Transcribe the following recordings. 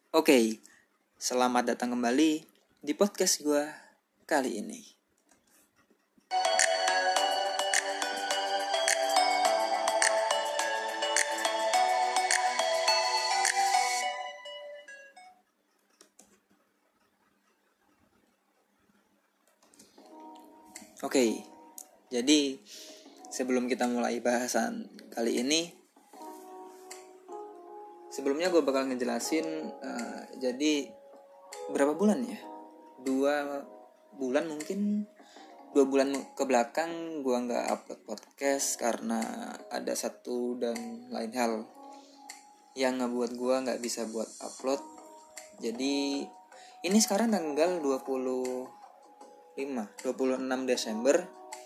Oke, selamat datang kembali di podcast gue kali ini. Oke, jadi sebelum kita mulai bahasan kali ini, sebelumnya gue bakal ngejelasin jadi berapa bulan ya? 2 bulan mungkin 2 bulan ke belakang gue nggak upload podcast karena ada satu dan lain hal yang ngebuat gue nggak bisa buat upload. Jadi ini sekarang tanggal 26 Desember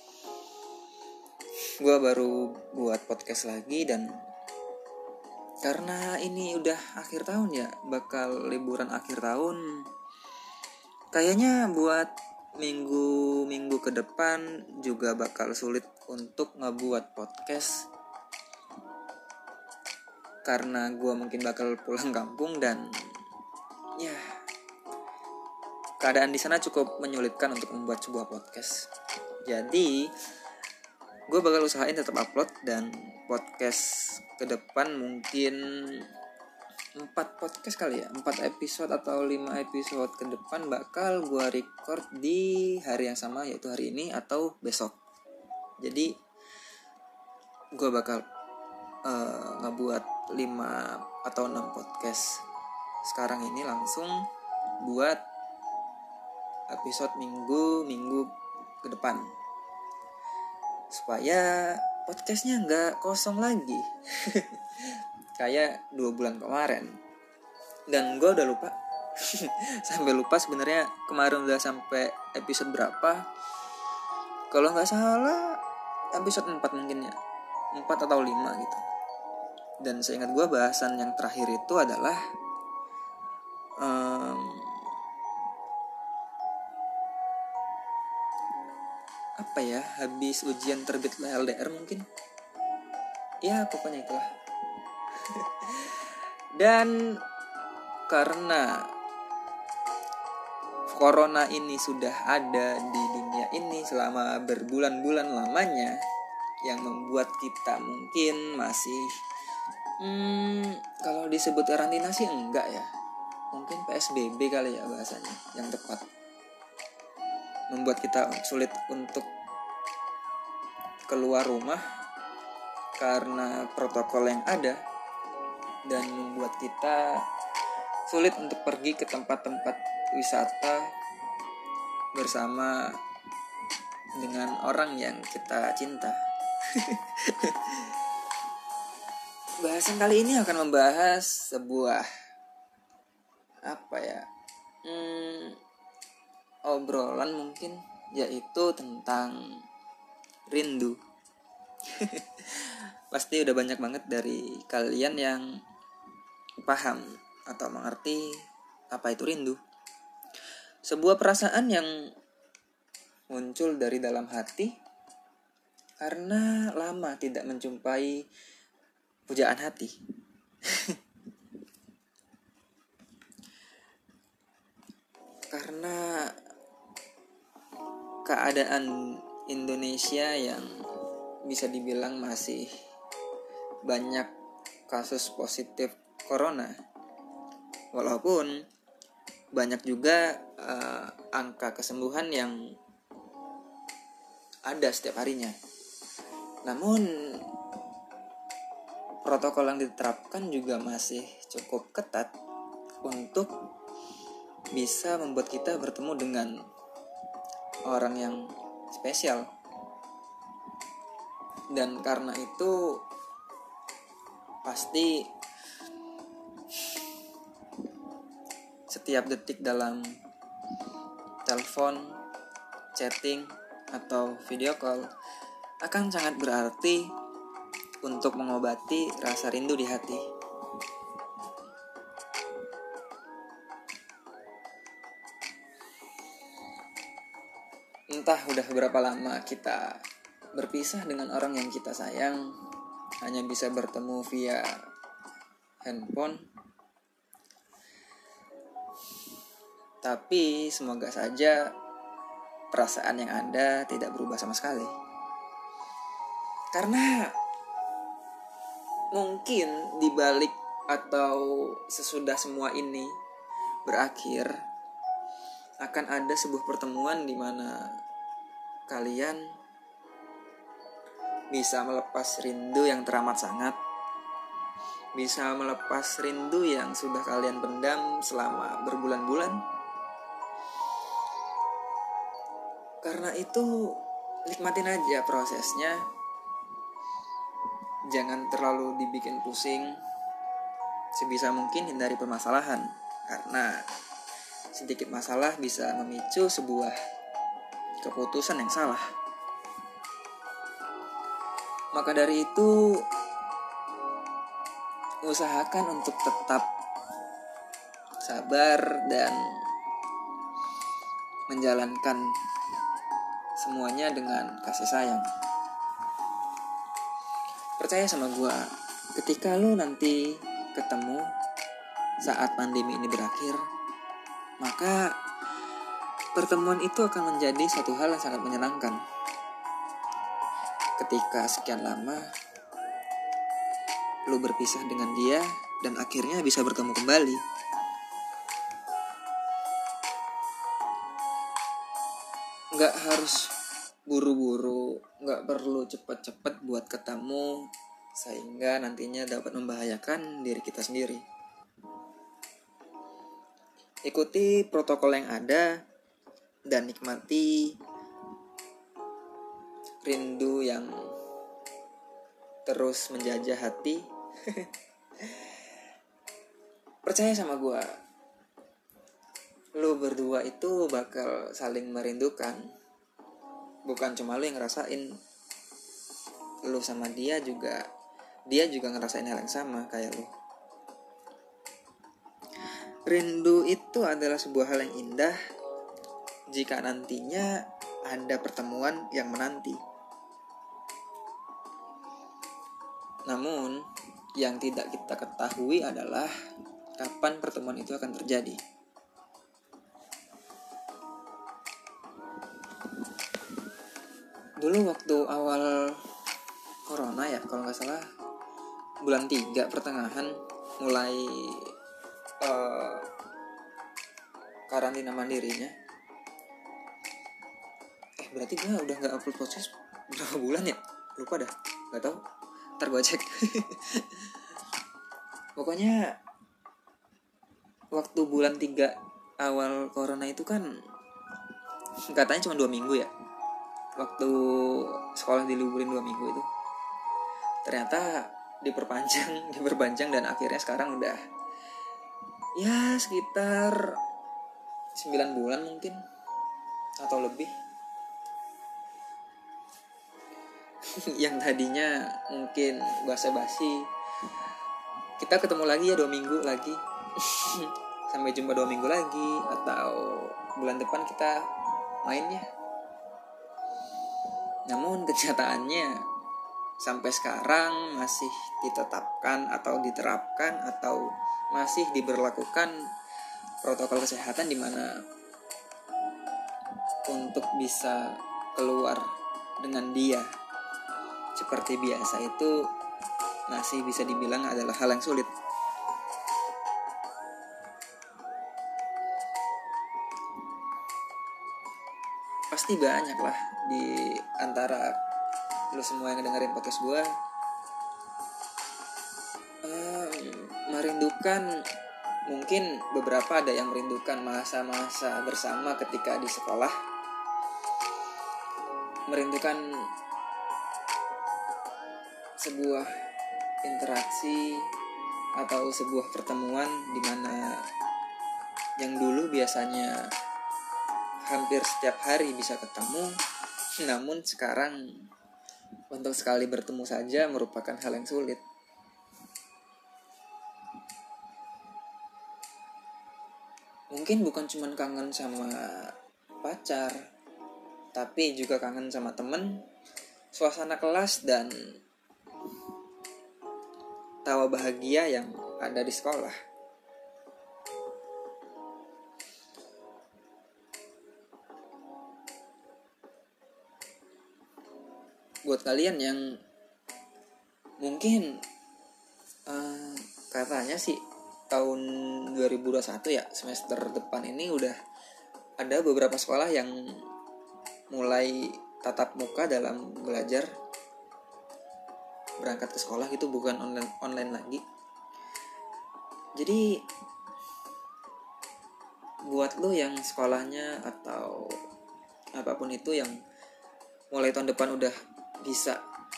gue baru buat podcast lagi, dan karena ini udah akhir tahun ya, bakal liburan akhir tahun, kayaknya buat minggu ke depan juga bakal sulit untuk ngebuat podcast karena gue mungkin bakal pulang kampung dan ya keadaan di sana cukup menyulitkan untuk membuat sebuah podcast. Jadi gue bakal usahain tetap upload, dan podcast ke depan mungkin 4 podcast kali ya, 4 episode atau 5 episode ke depan bakal gue record di hari yang sama, yaitu hari ini atau besok. Jadi gue bakal ngebuat 5 atau 6 podcast sekarang ini langsung buat episode minggu ke depan, supaya podcastnya nggak kosong lagi kayak 2 bulan kemarin. Dan gue udah lupa sampai lupa sebenarnya kemarin udah sampai episode berapa. Kalau nggak salah episode 4 mungkin ya, 4 atau 5 gitu. Dan seingat gue bahasan yang terakhir itu adalah habis ujian terbit LDR mungkin. Ya pokoknya itulah. Dan karena corona ini sudah ada di dunia ini selama berbulan-bulan lamanya, yang membuat kita mungkin masih kalau disebut karantina sih enggak ya, mungkin PSBB kali ya bahasanya yang tepat, membuat kita sulit untuk keluar rumah karena protokol yang ada, dan membuat kita sulit untuk pergi ke tempat-tempat wisata bersama dengan orang yang kita cinta. Bahasan kali ini akan membahas sebuah obrolan mungkin, yaitu tentang rindu. Pasti udah banyak banget dari kalian yang paham atau mengerti apa itu rindu. Sebuah perasaan yang muncul dari dalam hati karena lama tidak menjumpai pujaan hati. Karena keadaan Indonesia yang bisa dibilang masih banyak kasus positif corona, walaupun banyak juga angka kesembuhan yang ada setiap harinya. Namun protokol yang diterapkan juga masih cukup ketat untuk bisa membuat kita bertemu dengan orang yang spesial. Dan karena itu pasti setiap detik dalam telepon, chatting, atau video call akan sangat berarti untuk mengobati rasa rindu di hati. Entah udah berapa lama kita berpisah dengan orang yang kita sayang, hanya bisa bertemu via handphone. Tapi semoga saja perasaan yang ada tidak berubah sama sekali. Karena mungkin di balik atau sesudah semua ini berakhir, akan ada sebuah pertemuan di mana kalian bisa melepas rindu yang teramat sangat, bisa melepas rindu yang sudah kalian pendam selama berbulan-bulan. Karena itu nikmatin aja prosesnya, jangan terlalu dibikin pusing. Sebisa mungkin hindari permasalahan, karena sedikit masalah bisa memicu sebuah keputusan yang salah. Maka dari itu, usahakan untuk tetap sabar dan menjalankan semuanya dengan kasih sayang. Percaya sama gue, ketika lo nanti ketemu saat pandemi ini berakhir, maka pertemuan itu akan menjadi satu hal yang sangat menyenangkan. Ketika sekian lama lo berpisah dengan dia dan akhirnya bisa bertemu kembali. Gak harus buru-buru, gak perlu cepet-cepet buat ketemu sehingga nantinya dapat membahayakan diri kita sendiri. Ikuti protokol yang ada dan nikmati rindu yang terus menjajah hati. Percaya sama gue, lu berdua itu bakal saling merindukan. Bukan cuma lu yang ngerasain, lu sama dia juga ngerasain hal yang sama kayak lu. Rindu itu adalah sebuah hal yang indah jika nantinya ada pertemuan yang menanti. Namun, yang tidak kita ketahui adalah kapan pertemuan itu akan terjadi. Dulu waktu awal corona ya, kalau gak salah bulan 3 pertengahan mulai karantina mandirinya. Berarti gue udah gak upload podcast berapa bulan ya? Lupa dah, gak tahu. Ntar gue cek. Pokoknya waktu bulan 3 awal corona itu kan katanya cuma 2 minggu ya. Waktu sekolah diliburin 2 minggu itu, ternyata diperpanjang dan akhirnya sekarang udah ya sekitar 9 bulan mungkin atau lebih. Yang tadinya mungkin basa-basi, kita ketemu lagi ya 2 minggu lagi. Sampai jumpa 2 minggu lagi, atau bulan depan kita main ya. Namun kenyataannya sampai sekarang masih ditetapkan atau diterapkan atau masih diberlakukan protokol kesehatan, di mana untuk bisa keluar dengan dia seperti biasa itu masih bisa dibilang adalah hal yang sulit. Pasti banyak lah di antara lu semua yang dengerin podcast gue merindukan, mungkin beberapa ada yang merindukan masa-masa bersama ketika di sekolah, merindukan sebuah interaksi atau sebuah pertemuan di mana yang dulu biasanya hampir setiap hari bisa ketemu, namun sekarang untuk sekali bertemu saja merupakan hal yang sulit. Mungkin bukan cuma kangen sama pacar, tapi juga kangen sama temen, suasana kelas, dan tawa bahagia yang ada di sekolah. buat kalian yang mungkin katanya sih tahun 2021 ya, semester depan ini udah ada beberapa sekolah yang mulai tatap muka dalam belajar, berangkat ke sekolah gitu, bukan online lagi. Jadi buat lo yang sekolahnya atau apapun itu yang mulai tahun depan udah bisa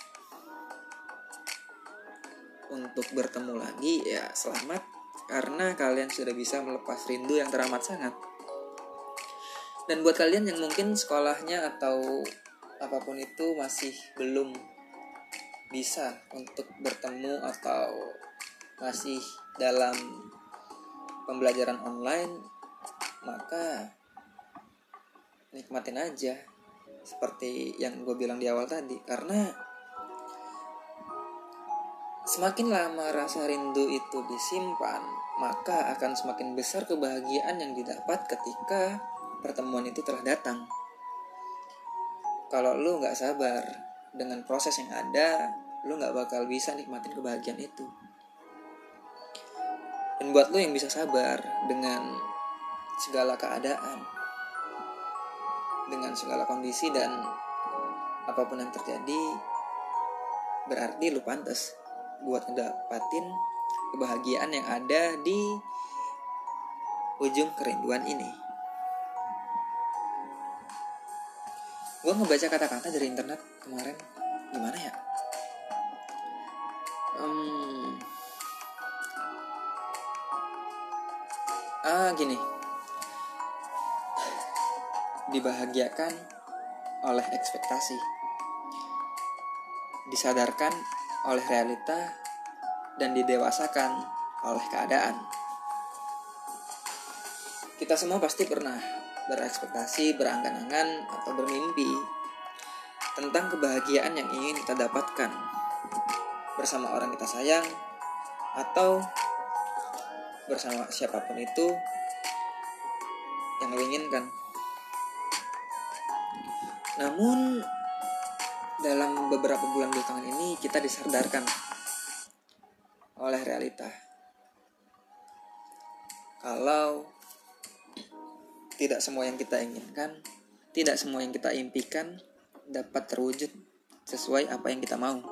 untuk bertemu lagi, ya selamat, karena kalian sudah bisa melepas rindu yang teramat sangat. Dan buat kalian yang mungkin sekolahnya atau apapun itu masih belum bisa untuk bertemu atau masih dalam pembelajaran online, maka nikmatin aja seperti yang gue bilang di awal tadi. Karena semakin lama rasa rindu itu disimpan, maka akan semakin besar kebahagiaan yang didapat ketika pertemuan itu telah datang. Kalau lu gak sabar dengan proses yang ada, lu gak bakal bisa nikmatin kebahagiaan itu. Dan buat lu yang bisa sabar dengan segala keadaan, dengan segala kondisi dan apapun yang terjadi, berarti lu pantas buat ngedapatin kebahagiaan yang ada di ujung kerinduan ini. Gue ngebaca kata-kata dari internet kemarin, gimana ya? Gini. Dibahagiakan oleh ekspektasi, disadarkan oleh realita, dan didewasakan oleh keadaan. Kita semua pasti pernah berekspektasi, berangan-angan, atau bermimpi tentang kebahagiaan yang ingin kita dapatkan bersama orang kita sayang atau bersama siapapun itu yang lo inginkan. Namun dalam beberapa bulan belakangan ini kita disadarkan oleh realita kalau tidak semua yang kita inginkan, tidak semua yang kita impikan dapat terwujud sesuai apa yang kita mau.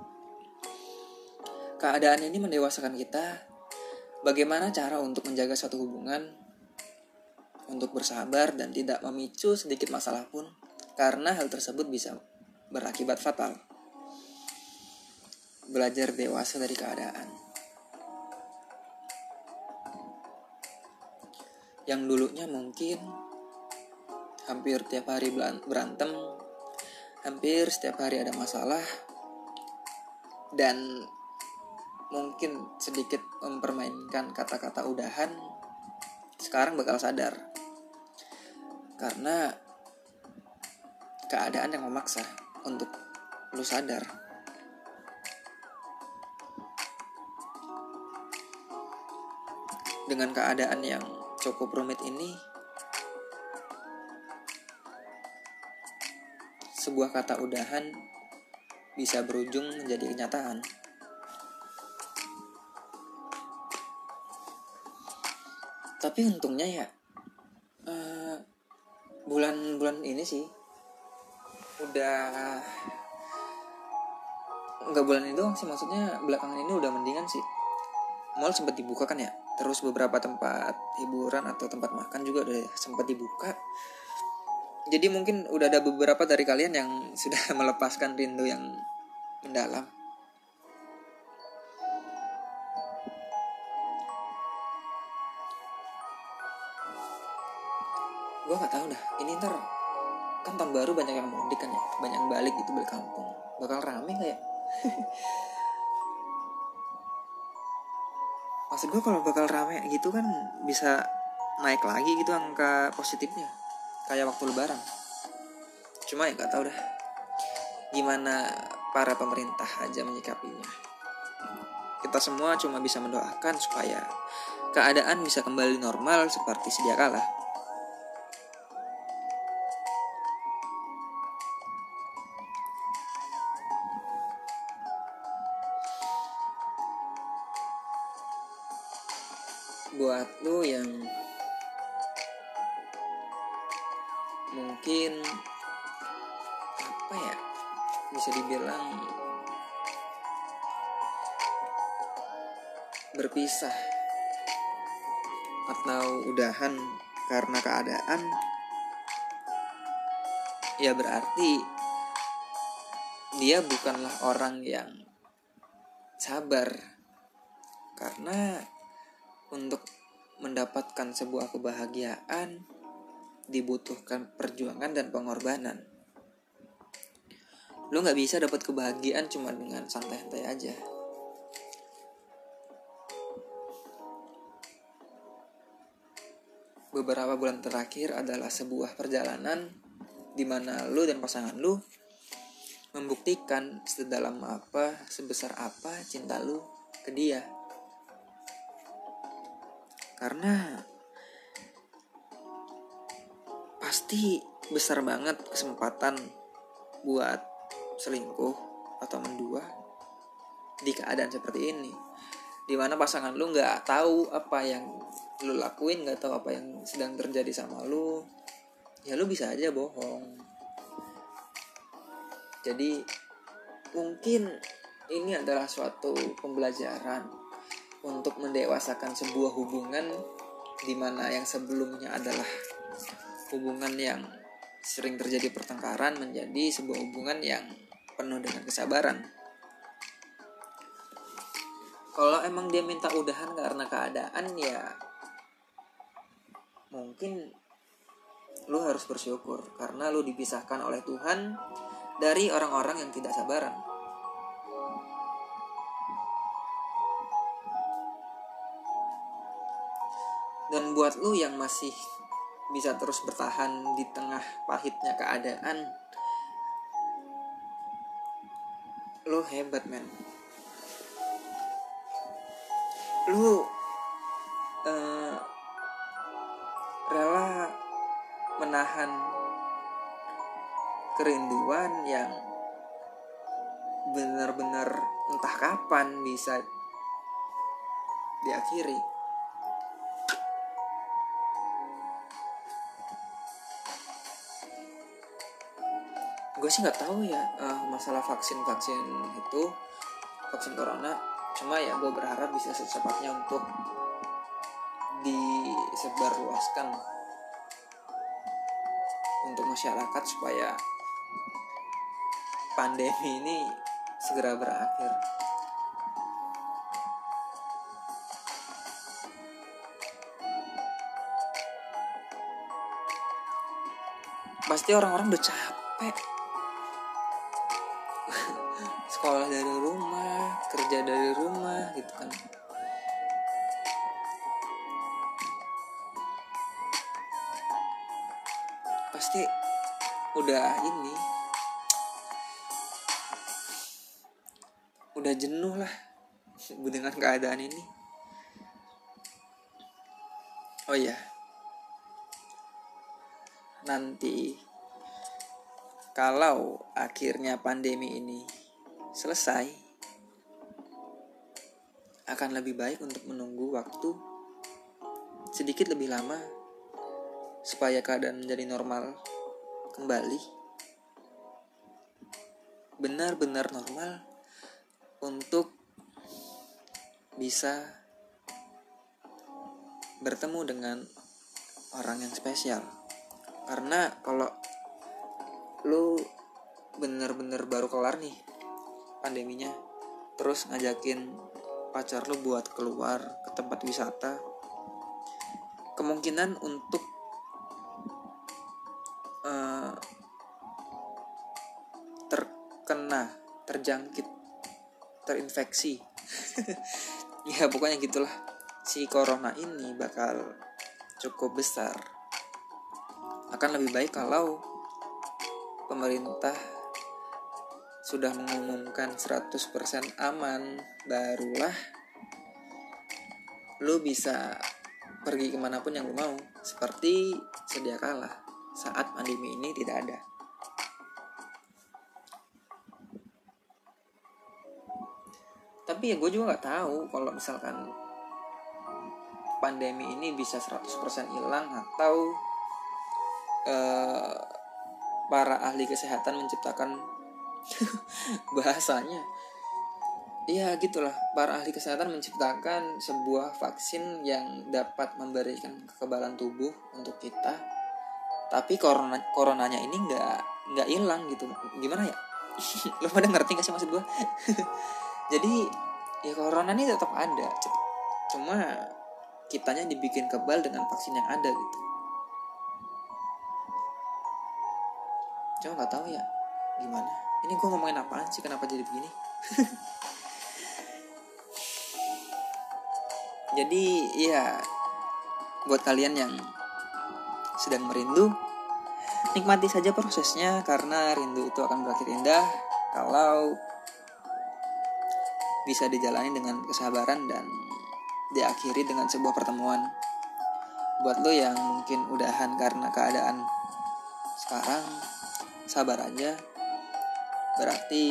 Keadaan ini mendewasakan kita bagaimana cara untuk menjaga suatu hubungan, untuk bersabar dan tidak memicu sedikit masalah pun, karena hal tersebut bisa berakibat fatal. Belajar dewasa dari keadaan. Yang dulunya mungkin hampir tiap hari berantem, hampir setiap hari ada masalah, dan mungkin sedikit mempermainkan kata-kata udahan, sekarang bakal sadar. Karena keadaan yang memaksa untuk lu sadar. Dengan keadaan yang cukup rumit ini, sebuah kata udahan bisa berujung menjadi kenyataan. Tapi untungnya ya, bulan-bulan ini sih udah, nggak bulan ini doang sih, maksudnya belakangan ini udah mendingan sih. Mall sempat dibuka kan ya, terus beberapa tempat hiburan atau tempat makan juga udah sempat dibuka. Jadi mungkin udah ada beberapa dari kalian yang sudah melepaskan rindu yang mendalam. Gue nggak tahu dah, ini ntar kan tahun baru banyak yang mudik kan ya, banyak yang balik gitu, balik kampung, bakal rame nggak ya? Maksud gue kalau bakal rame gitu kan bisa naik lagi gitu angka positifnya kayak waktu lebaran. Cuma ya nggak tahu dah gimana para pemerintah aja menyikapinya. Kita semua cuma bisa mendoakan supaya keadaan bisa kembali normal seperti sedia kala. buat lu yang mungkin apa ya, bisa dibilang berpisah atau udahan karena keadaan, ya berarti dia bukanlah orang yang sabar. Karena untuk mendapatkan sebuah kebahagiaan dibutuhkan perjuangan dan pengorbanan. Lu gak bisa dapat kebahagiaan cuma dengan santai-santai aja. Beberapa bulan terakhir adalah sebuah perjalanan di mana lu dan pasangan lu membuktikan sedalam apa, sebesar apa cinta lu ke dia. Karena pasti besar banget kesempatan buat selingkuh atau mendua di keadaan seperti ini, dimana pasangan lu nggak tahu apa yang lu lakuin, nggak tahu apa yang sedang terjadi sama lu. Ya lu bisa aja bohong. Jadi mungkin ini adalah suatu pembelajaran untuk mendewasakan sebuah hubungan, dimana yang sebelumnya adalah hubungan yang sering terjadi pertengkaran menjadi sebuah hubungan yang penuh dengan kesabaran. Kalau emang dia minta udahan karena keadaan, ya mungkin lu harus bersyukur karena lu dipisahkan oleh Tuhan dari orang-orang yang tidak sabaran. Dan buat lu yang masih bisa terus bertahan di tengah pahitnya keadaan, lu hebat men. Lu rela menahan kerinduan yang benar-benar entah kapan bisa diakhiri. Gue sih nggak tahu ya masalah vaksin itu, vaksin corona. Cuma ya gue berharap bisa secepatnya untuk disebarluaskan untuk masyarakat supaya pandemi ini segera berakhir. Pasti orang-orang udah capek sekolah dari rumah, kerja dari rumah gitu kan. Pasti udah jenuh lah dengan keadaan ini. Oh iya, nanti kalau akhirnya pandemi ini selesai, akan lebih baik untuk menunggu waktu sedikit lebih lama supaya keadaan menjadi normal kembali, benar-benar normal, untuk bisa bertemu dengan orang yang spesial. Karena kalau lu benar-benar baru kelar nih pandeminya, terus ngajakin pacar lu buat keluar ke tempat wisata, kemungkinan untuk terjangkit, terinfeksi ya pokoknya gitulah, si corona ini bakal cukup besar. Akan lebih baik kalau pemerintah sudah mengumumkan 100% aman, barulah lu bisa pergi kemanapun yang lu mau, seperti sedia kala saat pandemi ini tidak ada. Tapi ya gue juga nggak tahu kalau misalkan pandemi ini bisa 100% hilang atau para ahli kesehatan menciptakan bahasanya. Ya gitulah, para ahli kesehatan menciptakan sebuah vaksin yang dapat memberikan kekebalan tubuh untuk kita. Tapi coronanya ini nggak hilang gitu. Gimana ya? Lo pada ngerti gak sih maksud gue? Jadi ya corona ini tetap ada. Cuma kitanya dibikin kebal dengan vaksin yang ada gitu. Cuma nggak tahu ya gimana. Ini gue ngomongin apaan sih? Kenapa jadi begini? Jadi ya buat kalian yang sedang merindu, nikmati saja prosesnya karena rindu itu akan berakhir indah kalau bisa dijalani dengan kesabaran dan diakhiri dengan sebuah pertemuan. Buat lo yang mungkin udahan karena keadaan sekarang, sabar aja. Berarti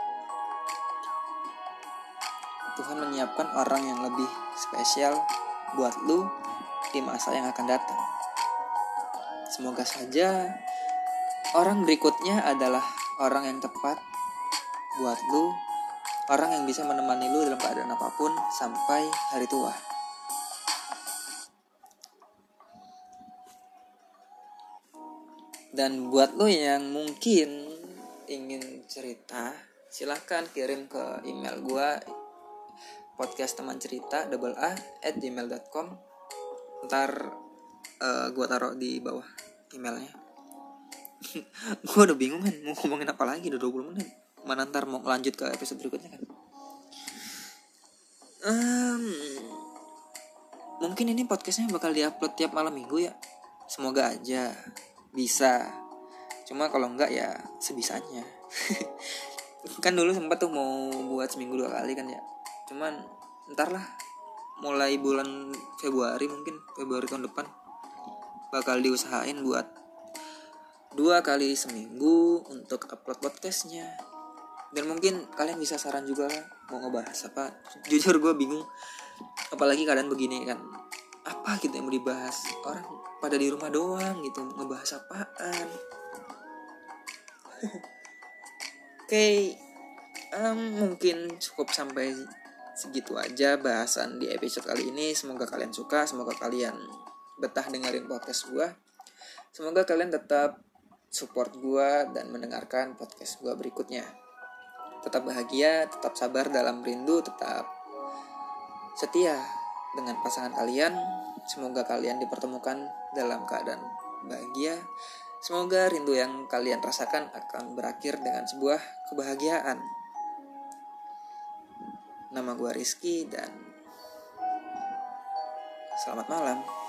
Tuhan menyiapkan orang yang lebih spesial buat lu di masa yang akan datang. Semoga saja orang berikutnya adalah orang yang tepat buat lu, orang yang bisa menemani lu dalam keadaan apapun sampai hari tua. Dan buat lu yang mungkin ingin cerita, silahkan kirim ke email gua podcasttemancerita@gmail.com. Ntar gue taruh di bawah emailnya. Gue udah bingung kan mau ngomongin apa lagi, udah 20 menit. Mana ntar mau lanjut ke episode berikutnya kan. Mungkin ini podcastnya bakal diupload tiap malam minggu ya. Semoga aja bisa. Cuma kalau enggak ya sebisanya. Kan dulu sempat tuh mau buat seminggu 2 kali kan ya. Cuman ntar lah, mulai bulan Februari tahun depan bakal diusahain buat 2 kali seminggu untuk upload podcastnya. Dan mungkin kalian bisa saran juga lah mau ngebahas apa. Jujur gue bingung, apalagi keadaan begini kan, apa gitu yang mau dibahas. Orang pada di rumah doang gitu, ngebahas apaan. Oke, mungkin cukup sampai segitu aja bahasan di episode kali ini. Semoga kalian suka, semoga kalian betah dengerin podcast gue. Semoga kalian tetap support gue dan mendengarkan podcast gue berikutnya. Tetap bahagia, tetap sabar dalam rindu, tetap setia dengan pasangan kalian. Semoga kalian dipertemukan dalam keadaan bahagia. Semoga rindu yang kalian rasakan akan berakhir dengan sebuah kebahagiaan. Nama gue Rizky dan selamat malam.